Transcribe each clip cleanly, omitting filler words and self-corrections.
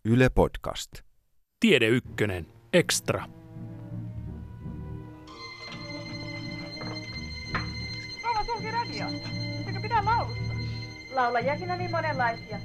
Yle Podcast. Tiede Ykkönen Extra. Rouva sulki radio. Eikö pitää laulaa? Laulajakin on niin monenlaisia.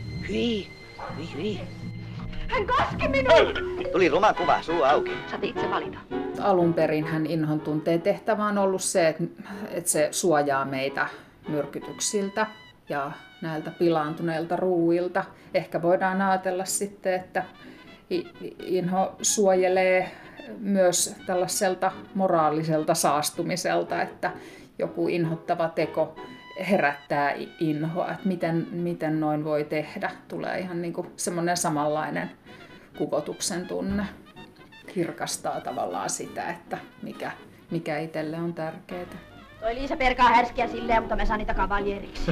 Hyi. Hän koski minua! Tuli ruma kuva, suu auki. Saat itse valita. Alun perin inhon tunteen tehtävä on ollut se, että se suojaa meitä myrkytyksiltä ja näiltä pilaantuneilta ruuilta. Ehkä voidaan ajatella sitten, että inho suojelee myös tällaiselta moraaliselta saastumiselta, että joku inhottava teko herättää inhoa, että miten noin voi tehdä. Tulee ihan niin kuin semmoinen samanlainen kuvotuksen tunne. Kirkastaa tavallaan sitä, että mikä itselle on tärkeää. Toi Liisa perkaa härskiä silleen, mutta me saan niitä kavaljeriksi.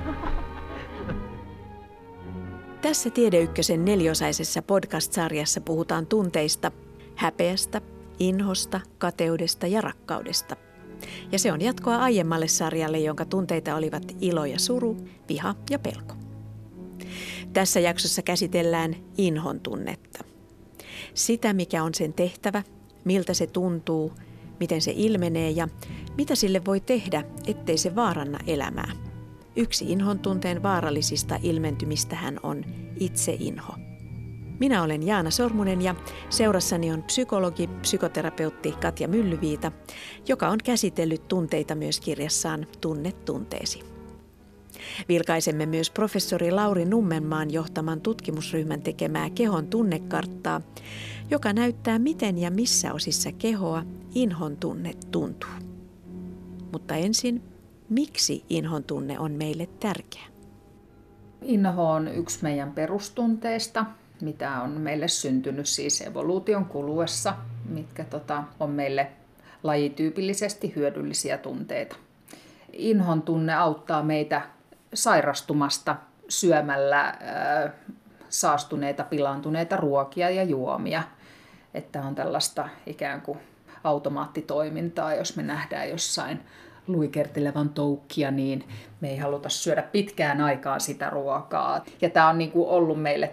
Tässä Tiede Ykkösen 4-osaisessa podcast-sarjassa puhutaan tunteista, häpeästä, inhosta, kateudesta ja rakkaudesta. Ja se on jatkoa aiemmalle sarjalle, jonka tunteita olivat ilo ja suru, viha ja pelko. Tässä jaksossa käsitellään inhon tunnetta. Sitä, mikä on sen tehtävä, miltä se tuntuu, miten se ilmenee ja mitä sille voi tehdä, ettei se vaaranna elämää. Yksi inhon tunteen vaarallisista ilmentymistähän on itseinho. Minä olen Jaana Sormunen ja seurassani on psykologi, psykoterapeutti Katja Myllyviita, joka on käsitellyt tunteita myös kirjassaan Tunne tunteesi. Vilkaisemme myös professori Lauri Nummenmaan johtaman tutkimusryhmän tekemää kehon tunnekarttaa, joka näyttää miten ja missä osissa kehoa inhon tunne tuntuu. Mutta ensin, miksi inhon tunne on meille tärkeä? Inho on yksi meidän perustunteista, mitä on meille syntynyt siis evoluution kuluessa, mitkä on meille lajityypillisesti hyödyllisiä tunteita. Inhon tunne auttaa meitä sairastumasta syömällä saastuneita, pilaantuneita ruokia ja juomia. Että on tällaista ikään kuin automaattitoimintaa, jos me nähdään jossain luikertelevan toukkia, niin me ei haluta syödä pitkään aikaan sitä ruokaa. Ja tämä on niin kuin ollut meille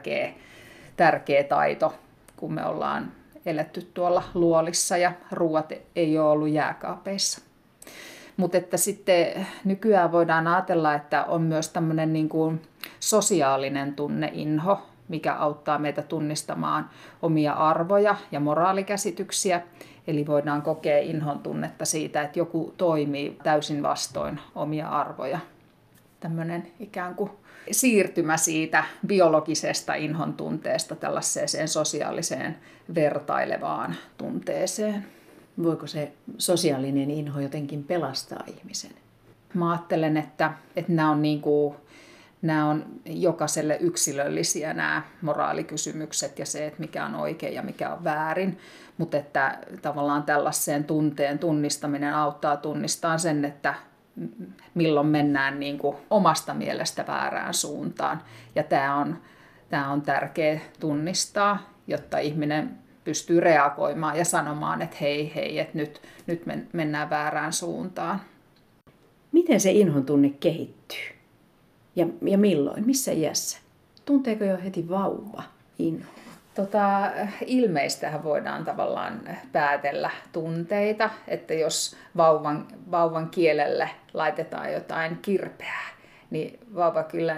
tärkeä taito, kun me ollaan eletty tuolla luolissa ja ruoat ei ole ollut jääkaapeissa. Mutta että sitten nykyään voidaan ajatella, että on myös tämmöinen niin kuin sosiaalinen tunneinho, mikä auttaa meitä tunnistamaan omia arvoja ja moraalikäsityksiä. Eli voidaan kokea inhon tunnetta siitä, että joku toimii täysin vastoin omia arvoja. Tämmöinen ikään kuin siirtymä siitä biologisesta inhon tunteesta tällaiseen sosiaaliseen vertailevaan tunteeseen. Voiko se sosiaalinen inho jotenkin pelastaa ihmisen? Mä ajattelen, että nämä on jokaiselle yksilöllisiä nämä moraalikysymykset ja se, että mikä on oikein ja mikä on väärin. Mutta että tavallaan tällaiseen tunteen tunnistaminen auttaa tunnistamaan sen, että milloin mennään niin kuin omasta mielestä väärään suuntaan. Ja tämä on tärkeä tunnistaa, jotta ihminen pystyy reagoimaan ja sanomaan, että hei, että nyt mennään väärään suuntaan. Miten se inhon tunne kehittyy? Ja milloin? Missä iässä? Tunteeko jo heti vauva inhoa? Ilmeistähän voidaan tavallaan päätellä tunteita, että jos vauvan kielelle laitetaan jotain kirpeää, niin vauva kyllä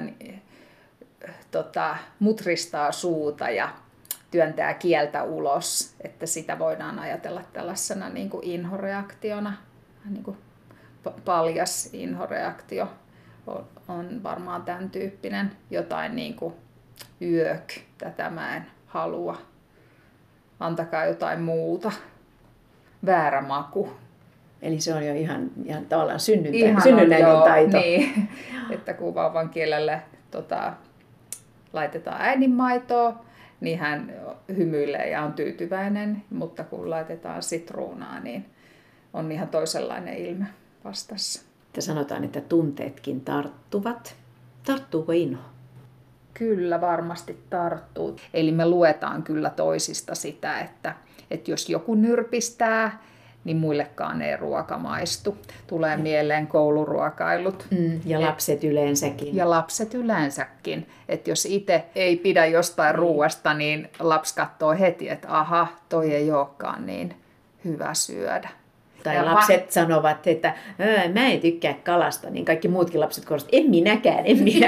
mutristaa suuta ja työntää kieltä ulos, että sitä voidaan ajatella tällaisena niin kuin inhoreaktiona, niin kuin paljas inhoreaktio on varmaan tämän tyyppinen, jotain niin kuin yök, tätä mä en halua, antakaa jotain muuta, väärä maku. Eli se on jo ihan tavallaan synnynnäinen taito. Niin, että kun vauvan kielelle laitetaan äidinmaitoa, niin hän hymyilee ja on tyytyväinen, mutta kun laitetaan sitruunaa, niin on ihan toisenlainen ilme vastassa. Sanotaan, että tunteetkin tarttuvat. Tarttuuko inho? Kyllä varmasti tarttuu. Eli me luetaan kyllä toisista sitä, että jos joku nyrpistää, niin muillekaan ei ruoka maistu. Tulee mieleen kouluruokailut. Ja lapset yleensäkin. Ja lapset yleensäkin. Että jos itse ei pidä jostain ruuasta, niin lapsi katsoo heti, että aha, toi ei olekaan niin hyvä syödä. Tai lapset sanovat, että mä en tykkää kalasta, niin kaikki muutkin lapset korostavat, en minäkään.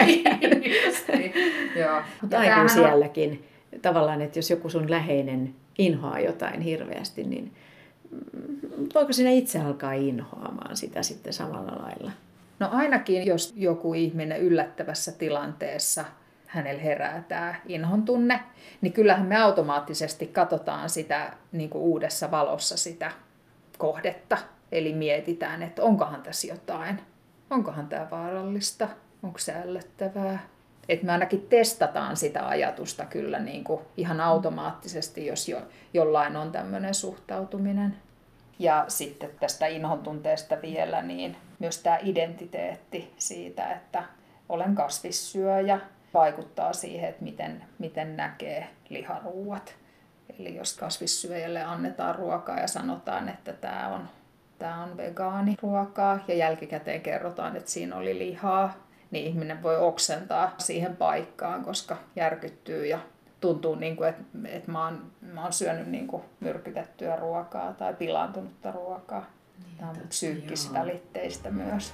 Mutta aikuisielläkin tavallaan, että jos joku sun läheinen inhoaa jotain hirveästi, niin voiko sinä itse alkaa inhoamaan sitä sitten samalla lailla? No ainakin, jos joku ihminen yllättävässä tilanteessa, hänellä herää tämä inhon tunne, niin kyllähän me automaattisesti katsotaan sitä niin kuin uudessa valossa sitä kohdetta. Eli mietitään, että onkohan tässä jotain, onkohan tämä vaarallista, onko se ällöttävää. Että me ainakin testataan sitä ajatusta kyllä niin kuin ihan automaattisesti, jos jollain on tämmöinen suhtautuminen. Ja sitten tästä inhon tunteesta vielä, niin myös tämä identiteetti siitä, että olen kasvissyöjä, vaikuttaa siihen, että miten näkee liharuuat. Eli jos kasvissyöjälle annetaan ruokaa ja sanotaan, että tämä on vegaaniruokaa ja jälkikäteen kerrotaan, että siinä oli lihaa, niin ihminen voi oksentaa siihen paikkaan, koska järkyttyy ja tuntuu, niin kuin, että mä oon syönyt niin kuin myrkytettyä ruokaa tai pilaantunutta ruokaa. Tämä on psyykkisvälitteistä myös.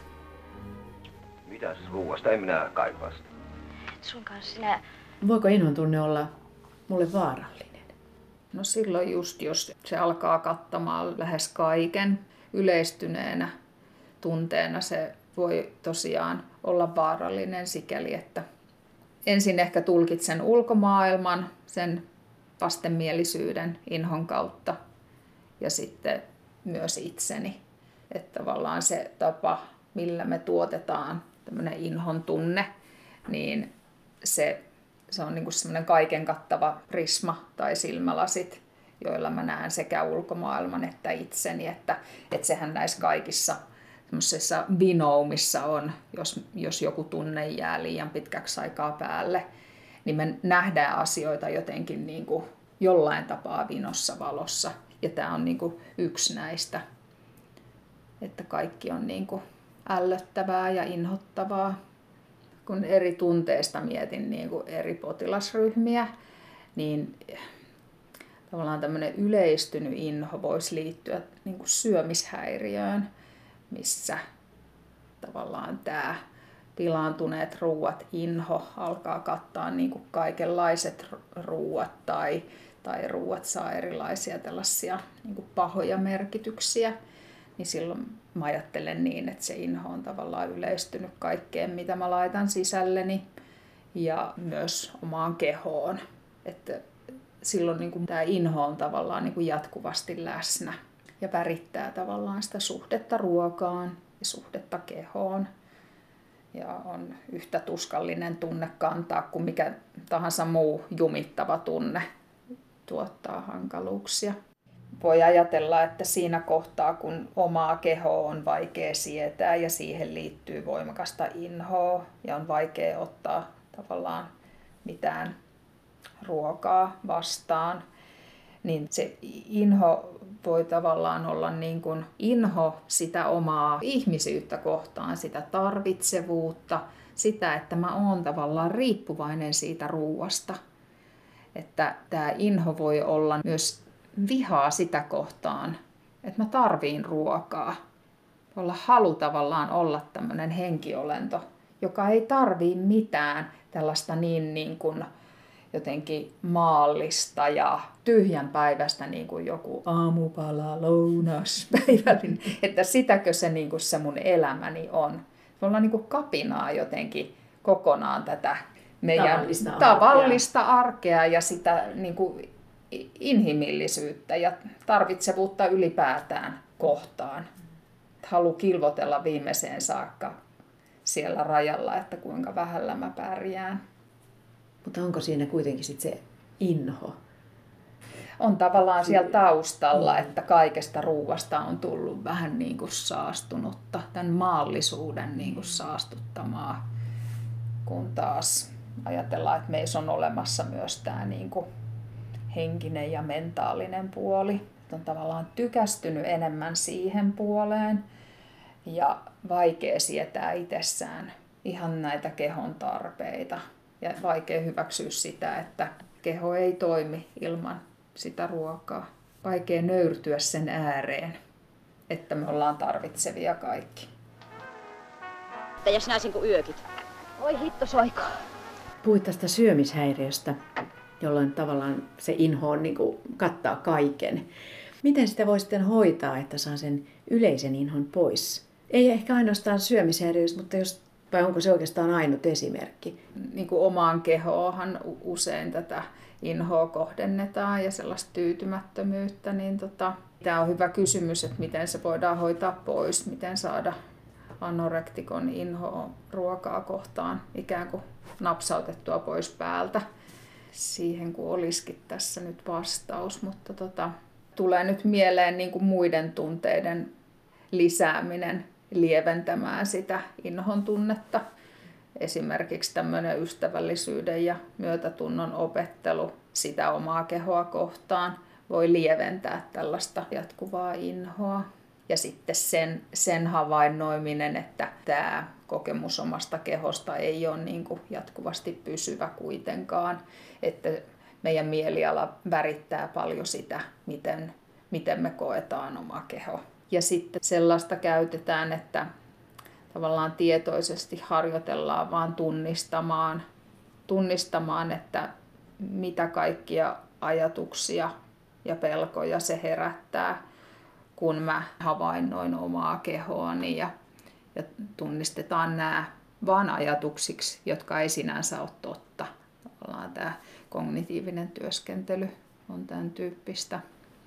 Mitäs ruuasta? En minä kaipaa sitä. Sun kanssa sinä... Voiko inhon tunne olla mulle vaarallinen? No silloin just, jos se alkaa kattamaan lähes kaiken yleistyneenä tunteena, se voi tosiaan olla vaarallinen sikäli, että ensin ehkä tulkitsen ulkomaailman, sen vastenmielisyyden inhon kautta ja sitten myös itseni. Että tavallaan se tapa, millä me tuotetaan tämmöinen inhon tunne, niin se on niin kuin semmoinen kaiken kattava prisma tai silmälasit, joilla mä näen sekä ulkomaailman että itseni. Että sehän näissä kaikissa semmoisessa binoomissa on, jos joku tunne jää liian pitkäksi aikaa päälle, niin me nähdään asioita jotenkin niin kuin jollain tapaa vinossa valossa. Ja tämä on niin kuin yksi näistä, että kaikki on niin kuin ällöttävää ja inhottavaa. Kun eri tunteista mietin niin kuin eri potilasryhmiä, niin tavallaan tämmöinen yleistynyt inho voisi liittyä niin kuin syömishäiriöön, missä tavallaan tämä pilaantuneet ruuat, inho alkaa kattaa niin kuin kaikenlaiset ruuat tai ruuat saa erilaisia tällaisia niin kuin pahoja merkityksiä. Niin silloin mä ajattelen niin, että se inho on tavallaan yleistynyt kaikkeen, mitä mä laitan sisälleni ja myös omaan kehoon. Että silloin niin kuin tämä inho on tavallaan niin kuin jatkuvasti läsnä ja värittää tavallaan sitä suhdetta ruokaan ja suhdetta kehoon. Ja on yhtä tuskallinen tunne kantaa kuin mikä tahansa muu jumittava tunne tuottaa hankaluuksia. Voi ajatella, että siinä kohtaa, kun omaa kehoa on vaikea sietää ja siihen liittyy voimakasta inhoa ja on vaikea ottaa tavallaan mitään ruokaa vastaan, niin se inho voi tavallaan olla niin kuin inho sitä omaa ihmisyyttä kohtaan, sitä tarvitsevuutta, sitä, että mä oon tavallaan riippuvainen siitä ruuasta. Että tämä inho voi olla myös vihaa sitä kohtaan, että mä tarviin ruokaa. Voi olla halu tavallaan olla tämmöinen henkiolento, joka ei tarvii mitään tällaista niin kuin jotenkin maallista ja tyhjänpäiväistä niin kuin joku aamupala, lounas, päivällinen. Että sitäkö se, niin kuin se mun elämäni on. Voi olla niin kuin kapinaa jotenkin kokonaan tätä meidän tavallista arkea ja sitä niin kuin inhimillisyyttä ja tarvitsevuutta ylipäätään kohtaan. Halu kilvotella viimeiseen saakka siellä rajalla, että kuinka vähällä mä pärjään. Mutta onko siinä kuitenkin sit se inho? On tavallaan siellä taustalla, että kaikesta ruuasta on tullut vähän niin kuin saastunutta, tämän maallisuuden niin kuin saastuttamaa, kun taas ajatellaan, että meissä on olemassa myös tämä niin kuin henkinen ja mentaalinen puoli, On tavallaan tykästynyt enemmän siihen puoleen ja vaikea sietää itsessään ihan näitä kehon tarpeita. Ja vaikea hyväksyä sitä, että keho ei toimi ilman sitä ruokaa. Vaikea nöyrtyä sen ääreen, että me ollaan tarvitsevia kaikki. Ja sinä kun yökit. Oi hitto soiko. Puhuit tästä syömishäiriöstä, jolloin tavallaan se inho niin kuin kattaa kaiken. Miten sitä voi sitten hoitaa, että saa sen yleisen inhon pois? Ei ehkä ainoastaan syömishäiriöstä, mutta vai onko se oikeastaan ainut esimerkki? Niin kuin omaan kehoonhan usein tätä inhoa kohdennetaan ja sellaista tyytymättömyyttä. Niin tämä on hyvä kysymys, että miten se voidaan hoitaa pois, miten saada anorektikon inhoa ruokaa kohtaan ikään kuin napsautettua pois päältä. Siihen kun olisikin tässä nyt vastaus, mutta tulee nyt mieleen niin kuin muiden tunteiden lisääminen lieventämään sitä inhon tunnetta. Esimerkiksi tämmöinen ystävällisyyden ja myötätunnon opettelu sitä omaa kehoa kohtaan voi lieventää tällaista jatkuvaa inhoa. Ja sitten sen havainnoiminen, että tämä kokemus omasta kehosta ei ole niin kuin jatkuvasti pysyvä kuitenkaan. Että meidän mieliala värittää paljon sitä, miten me koetaan oma keho. Ja sitten sellaista käytetään, että tavallaan tietoisesti harjoitellaan vaan tunnistamaan, että mitä kaikkia ajatuksia ja pelkoja se herättää, kun mä havainnoin omaa kehoani ja tunnistetaan nämä vaan ajatuksiksi, jotka ei sinänsä ole totta. Tavallaan tämä kognitiivinen työskentely on tämän tyyppistä.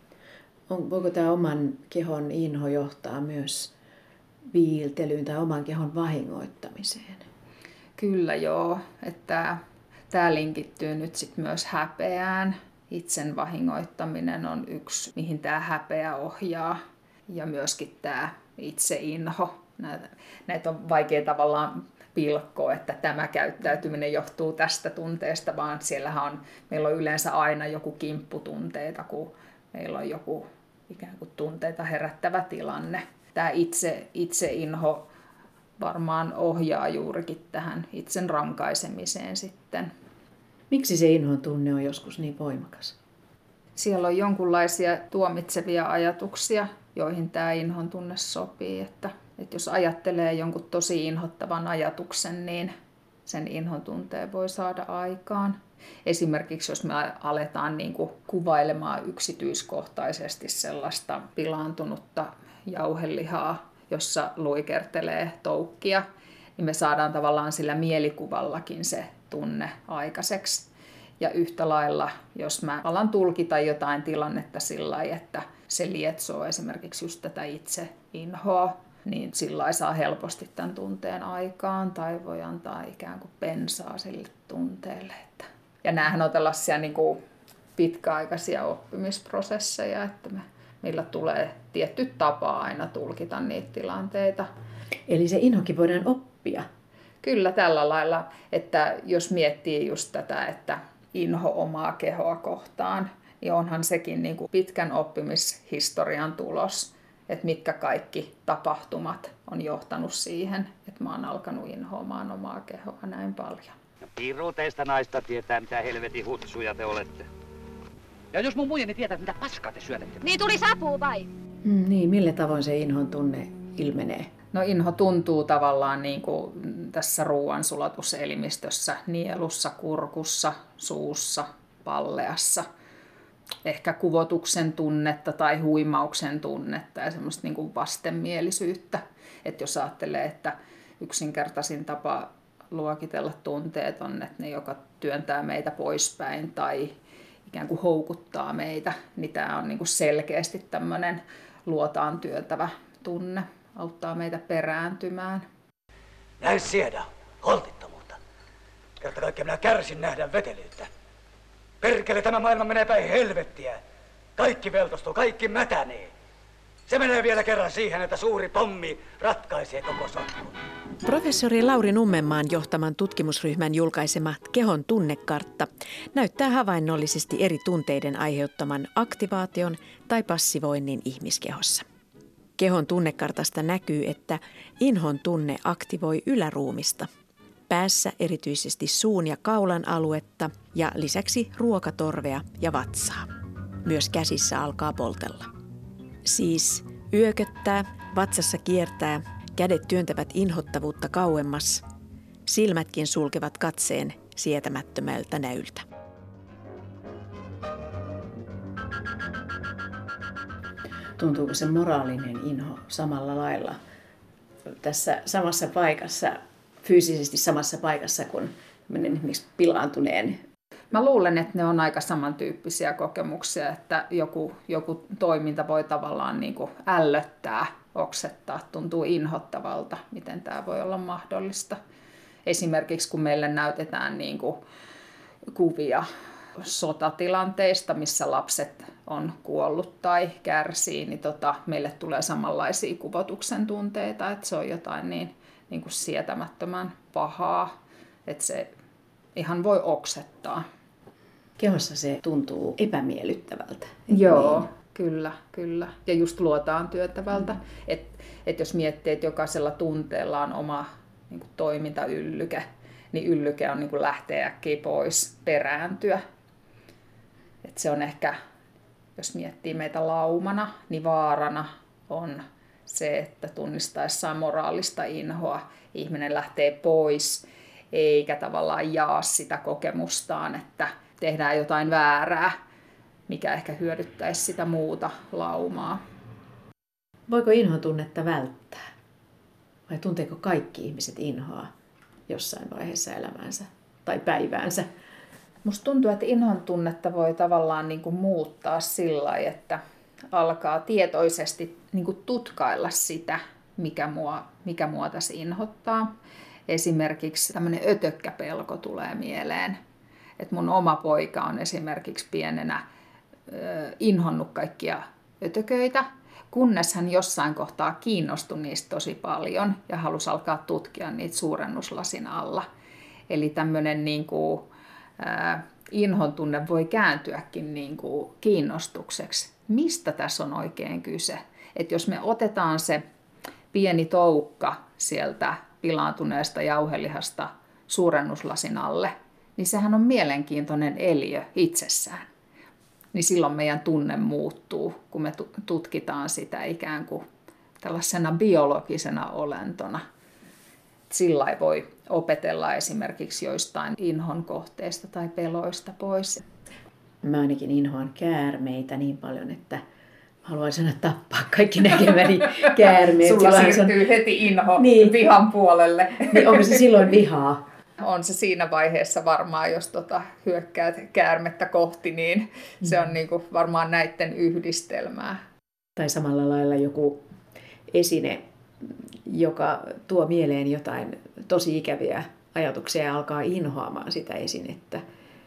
Voiko tämä oman kehon inho johtaa myös viiltelyyn tai oman kehon vahingoittamiseen? Kyllä joo, että tämä linkittyy nyt sit myös häpeään. Itsen vahingoittaminen on yksi, mihin tämä häpeä ohjaa, ja myöskin tämä itseinho. Näitä on vaikea tavallaan pilkkoa, että tämä käyttäytyminen johtuu tästä tunteesta, vaan meillä on yleensä aina joku kimpputunteita, kun meillä on joku ikään kuin tunteita herättävä tilanne. Tämä itseinho varmaan ohjaa juurikin tähän itsen rankaisemiseen sitten. Miksi se inhon tunne on joskus niin voimakas? Siellä on jonkunlaisia tuomitsevia ajatuksia, joihin tämä inhon tunne sopii. Että jos ajattelee jonkun tosi inhottavan ajatuksen, niin sen inhon tunteen voi saada aikaan. Esimerkiksi jos me aletaan niin kuin kuvailemaan yksityiskohtaisesti sellaista pilaantunutta jauhelihaa, jossa luikertelee toukkia, niin me saadaan tavallaan sillä mielikuvallakin se tunne aikaiseksi. Ja yhtä lailla, jos mä alan tulkita jotain tilannetta sillä lailla, että se lietsoo esimerkiksi just tätä itseinhoa, niin sillä lailla saa helposti tämän tunteen aikaan tai voi antaa ikään kuin bensaa sille tunteelle. Ja näähän on tällaisia niin kuin pitkäaikaisia oppimisprosesseja, että meillä tulee tietty tapa aina tulkita niitä tilanteita. Eli se inhokin voidaan oppia? Kyllä tällä lailla, että jos miettii just tätä, että inho omaa kehoa kohtaan, niin onhan sekin niin kuin pitkän oppimishistorian tulos, että mitkä kaikki tapahtumat on johtanut siihen, että mä oon alkanut inhoamaan omaa kehoa näin paljon. Piru teistä naista tietää, mitä helvetin hutsuja te olette. Ja jos mun muijani tietää, mitä paskaa te syötätte. Niin tuli sapuu vai? Niin, millä tavoin se inhon tunne ilmenee? No inho tuntuu tavallaan niin kuin tässä ruoansulatuselimistössä, nielussa, kurkussa, suussa, palleassa. Ehkä kuvotuksen tunnetta tai huimauksen tunnetta ja semmoista niin kuin vastenmielisyyttä. Että jos ajattelee, että yksinkertaisin tapa luokitella tunteet on, että ne joka työntää meitä poispäin tai ikään kuin houkuttaa meitä, niin tämä on niin kuin selkeästi tämmöinen luotaan työntävä tunne, auttaa meitä perääntymään. Näin siedä, holtittomuutta. Kerta kaikkiaan minä kärsin nähdä vetelyyttä. Perkele, tämä maailma menee päin helvettiä. Kaikki veltostuu, kaikki mätänee. Se menee vielä kerran siihen, että suuri pommi ratkaisee koko sotkun. Professori Lauri Nummenmaan johtaman tutkimusryhmän julkaisema Kehon tunnekartta näyttää havainnollisesti eri tunteiden aiheuttaman aktivaation tai passivoinnin ihmiskehossa. Kehon tunnekartasta näkyy, että inhon tunne aktivoi yläruumista. Päässä erityisesti suun ja kaulan aluetta ja lisäksi ruokatorvea ja vatsaa. Myös käsissä alkaa poltella. Siis yököttää, vatsassa kiertää, kädet työntävät inhottavuutta kauemmas. Silmätkin sulkevat katseen sietämättömältä näyltä. Tuntuuko se moraalinen inho samalla lailla tässä samassa paikassa, fyysisesti samassa paikassa kuin esimerkiksi pilaantuneen? Mä luulen, että ne on aika samantyyppisiä kokemuksia, että joku toiminta voi tavallaan niin kuin ällöttää, oksettaa, tuntuu inhottavalta, miten tämä voi olla mahdollista. Esimerkiksi kun meille näytetään niin kuin kuvia sotatilanteista, missä lapset on kuollut tai kärsii, niin meille tulee samanlaisia kuvotuksen tunteita, että se on jotain niin kuin sietämättömän pahaa, että se ihan voi oksettaa. Kehossa se tuntuu epämiellyttävältä. Joo, niin. Kyllä. Ja just luotaan työtävältä. Että jos miettii, että jokaisella tunteella on oma niin kuin toimintayllyke, niin yllyke on niin kuin lähteä äkkiä pois, perääntyä. Et se on ehkä, jos miettii meitä laumana, niin vaarana on se, että tunnistaessaan moraalista inhoa ihminen lähtee pois, eikä tavallaan jaa sitä kokemustaan, että tehdään jotain väärää, mikä ehkä hyödyttäisi sitä muuta laumaa. Voiko inhon tunnetta välttää? Vai tunteeko kaikki ihmiset inhoa jossain vaiheessa elämäänsä tai päiväänsä? Musta tuntuu, että inhon tunnetta voi tavallaan niin kuin muuttaa sillä lailla, että alkaa tietoisesti niin kuin tutkailla sitä, mikä mua tässä inhottaa. Esimerkiksi tämmöinen ötökkäpelko tulee mieleen. Että mun oma poika on esimerkiksi pienenä inhonnut kaikkia ötököitä, kunnes hän jossain kohtaa kiinnostui niistä tosi paljon ja halusi alkaa tutkia niitä suurennuslasin alla. Eli tämmöinen niin kuin, inhon tunne voi kääntyäkin niin kuin kiinnostukseksi. Mistä tässä on oikein kyse? Että jos me otetaan se pieni toukka sieltä pilaantuneesta jauhelihasta suurennuslasin alle, niin sehän on mielenkiintoinen eliö itsessään. Niin silloin meidän tunne muuttuu, kun me tutkitaan sitä ikään kuin tällaisena biologisena olentona. Sillä voi opetella esimerkiksi joistain inhon kohteista tai peloista pois. Mä ainakin inhoan käärmeitä niin paljon, että haluaisin tappaa kaikki näkemäni käärmeet. Sulla siirtyy heti inho vihan puolelle. Niin onko se silloin vihaa? On se siinä vaiheessa varmaan, jos hyökkäät käärmettä kohti, niin se on niinku varmaan näiden yhdistelmää. Tai samalla lailla joku esine, joka tuo mieleen jotain tosi ikäviä ajatuksia ja alkaa inhoamaan sitä esinettä.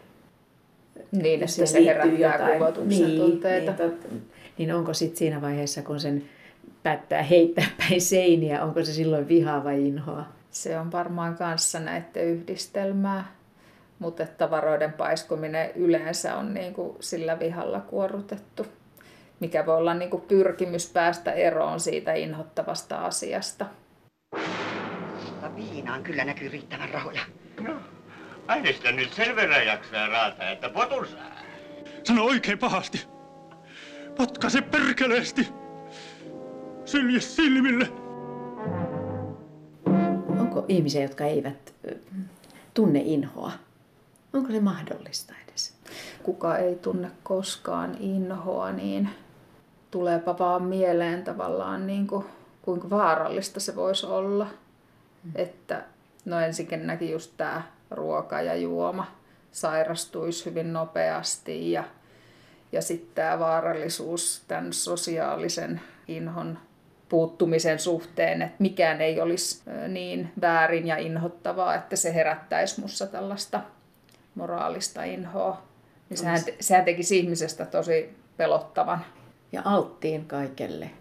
Niin, että se herättää kuvotuksen tunteita. Niin onko sitten siinä vaiheessa, kun sen päättää heittää päin seiniä, onko se silloin vihaa vai inhoa? Se on varmaan kanssa näiden yhdistelmää, mutta tavaroiden paiskuminen yleensä on niinku sillä vihalla kuorrutettu, mikä voi olla niinku pyrkimys päästä eroon siitä inhottavasta asiasta. Viinaan kyllä näkyy riittävän rahoja. No, aineista nyt sen verran jaksaa raata, että potun saa. Sano oikein pahasti. Potkaise perkeleesti. Sylje silmille. Onko ihmisiä, jotka eivät tunne inhoa? Onko se mahdollista edes? Kuka ei tunne koskaan inhoa, niin tuleepa vaan mieleen tavallaan niin kuin, kuinka vaarallista se voisi olla. Että no ensinnäkin just tämä ruoka ja juoma sairastuisi hyvin nopeasti ja sitten tämä vaarallisuus tämän sosiaalisen inhon puuttumisen suhteen, että mikään ei olisi niin väärin ja inhottavaa, että se herättäisi musta tällaista moraalista inhoa. Niin sehän tekisi ihmisestä tosi pelottavan. Ja alttiin kaikelle.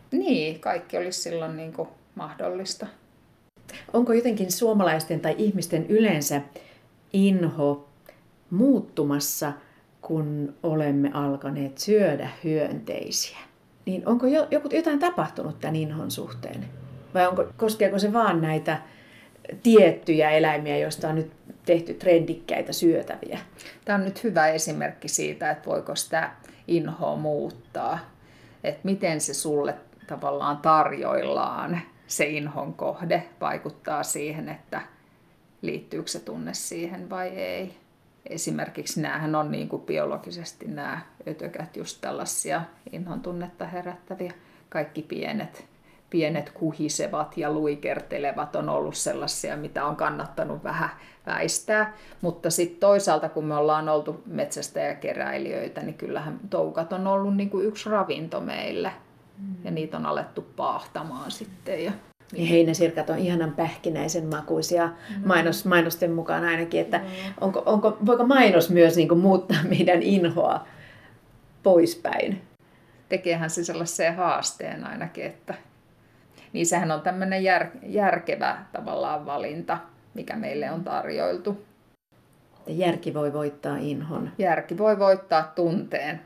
Niin, kaikki olisi silloin niin kuin mahdollista. Onko jotenkin suomalaisten tai ihmisten yleensä inho muuttumassa, kun olemme alkaneet syödä hyönteisiä? Niin onko jotain tapahtunut tämän inhon suhteen? Vai koskeeko se vaan näitä tiettyjä eläimiä, joista on nyt tehty trendikkäitä syötäviä? Tämä on nyt hyvä esimerkki siitä, että voiko sitä inhoa muuttaa. Että miten se sulle tavallaan tarjoillaan, se inhon kohde, vaikuttaa siihen, että liittyykö se tunne siihen vai ei. Esimerkiksi näähän on niin kuin biologisesti nämä ötökät just tällaisia inhon tunnetta herättäviä. Kaikki pienet kuhisevat ja luikertelevat on ollut sellaisia, mitä on kannattanut vähän väistää. Mutta sitten toisaalta, kun me ollaan oltu metsästäjäkeräilijöitä, niin kyllähän toukat on ollut niin kuin yksi ravinto meille. Ja niitä on alettu paahtamaan sitten. Ja heinäsirkat on ihanan pähkinäisen makuisia mainosten mukaan ainakin. Että voiko mainos myös niin kuin muuttaa meidän inhoa poispäin? Tekeehän se sellaisen haasteen ainakin, että niin sehän on tämmöinen järkevä tavallaan valinta, mikä meille on tarjoiltu. Järki voi voittaa inhon. Järki voi voittaa tunteen.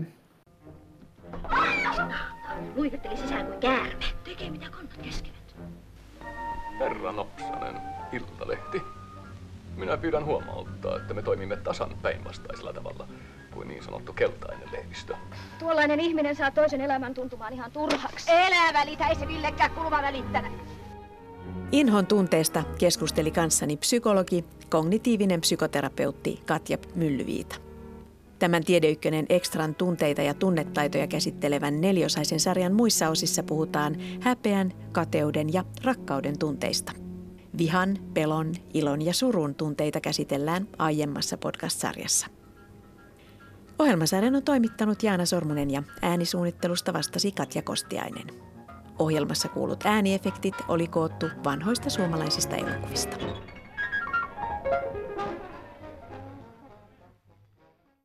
Luivetteli sisään kuin käärme. Tekee mitä kannat keskevät. Herra Nopsanen, Iltalehti. Minä pyydän huomauttaa, että me toimimme tasan päinvastaisella tavalla kuin niin sanottu keltainen lehdistö. Tuollainen ihminen saa toisen elämän tuntumaan ihan turhaksi. Elää välitä, ei se millekään kuluva välittävä. Inhon tunteesta keskusteli kanssani psykologi, kognitiivinen psykoterapeutti Katja Myllyviita. Tämän Tiede Ykkönen Extran tunteita ja tunnetaitoja käsittelevän 4-osaisen sarjan muissa osissa puhutaan häpeän, kateuden ja rakkauden tunteista. Vihan, pelon, ilon ja surun tunteita käsitellään aiemmassa podcast-sarjassa. Ohjelmasarjan on toimittanut Jaana Sormunen ja äänisuunnittelusta vastasi Katja Kostiainen. Ohjelmassa kuulut ääniefektit oli koottu vanhoista suomalaisista elokuvista.